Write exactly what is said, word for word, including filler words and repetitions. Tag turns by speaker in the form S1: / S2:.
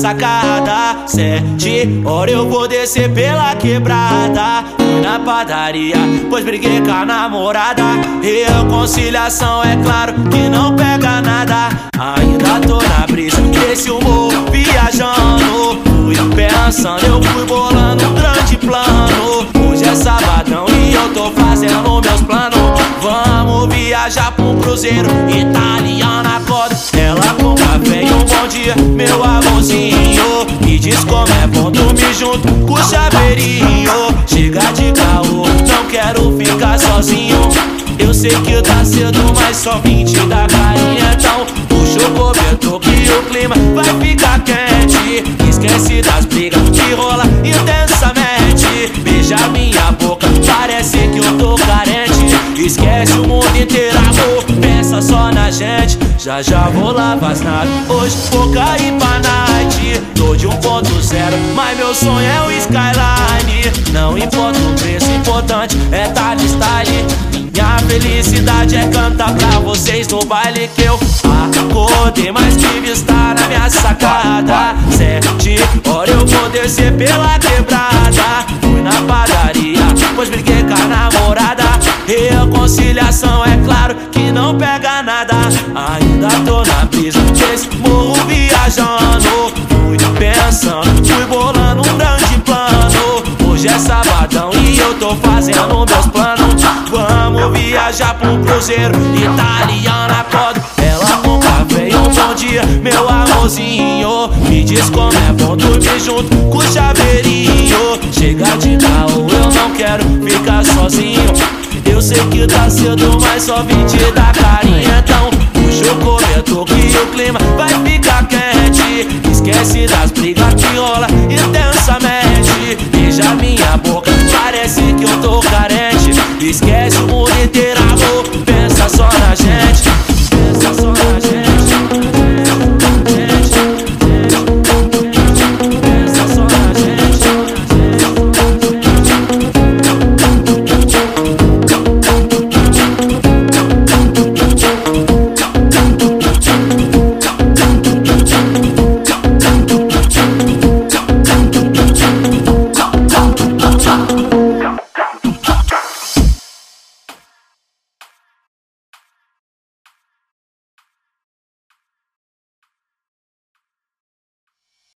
S1: sacada. Sete horas eu vou descer pela quebrada. Fui na padaria, pois briguei com a namorada. Reconciliação é claro que não pega nada. Ainda tô na brisa desse humor viajando. Fui pensando, eu fui bolando um grande plano. Hoje é sabadão e eu tô fazendo meus planos. Vamos viajar pra um cruzeiro italiano, acorda ela com café e um bom dia, meu amorzinho. Me diz como é bom dormir junto com o chaveirinho. Chega de caô, não quero ficar sozinho. Eu sei que tá cedo, mas só vim te dar carinha. Então puxa o cobertor que o clima vai ficar quente. Esquece das brigas que rola intensamente. Beija minha boca, parece que eu tô carente. Esquece o mundo inteiro, amor, pensa só na gente. Já já vou lavar as naves, hoje vou cair pra night. Tô de um ponto zero, mas meu sonho é o Skyline. Não importa o preço, importante é tá de style. Minha felicidade é cantar pra vocês no baile que eu acordei, mas que vista na minha sacada. Sete horas eu vou descer pela quebrada. Fui na padaria, pois briguei com a namorada. Reconciliação é claro que não pega nada. Ainda tô na brisa desse morro viajando. Fui pensando, fui bolando um grande plano. Hoje é sabadão e eu tô fazendo meus planos. Vamos viajar pra um cruzeiro italiano, acorda ela com café e um bom dia, meu amorzinho. Me diz como é bom dormir junto com o chaveirinho. Chega de carro, eu não quero ficar sozinho. Eu sei que tá cedo, mas só vim te dar carinha. Então puxa o cobertor que o clima vai ficar quente. Esquece das brigas que rola intensamente. Beija minha boca, parece que eu tô carente. Esquece o mundo inteiro, amor, pensa só na gente.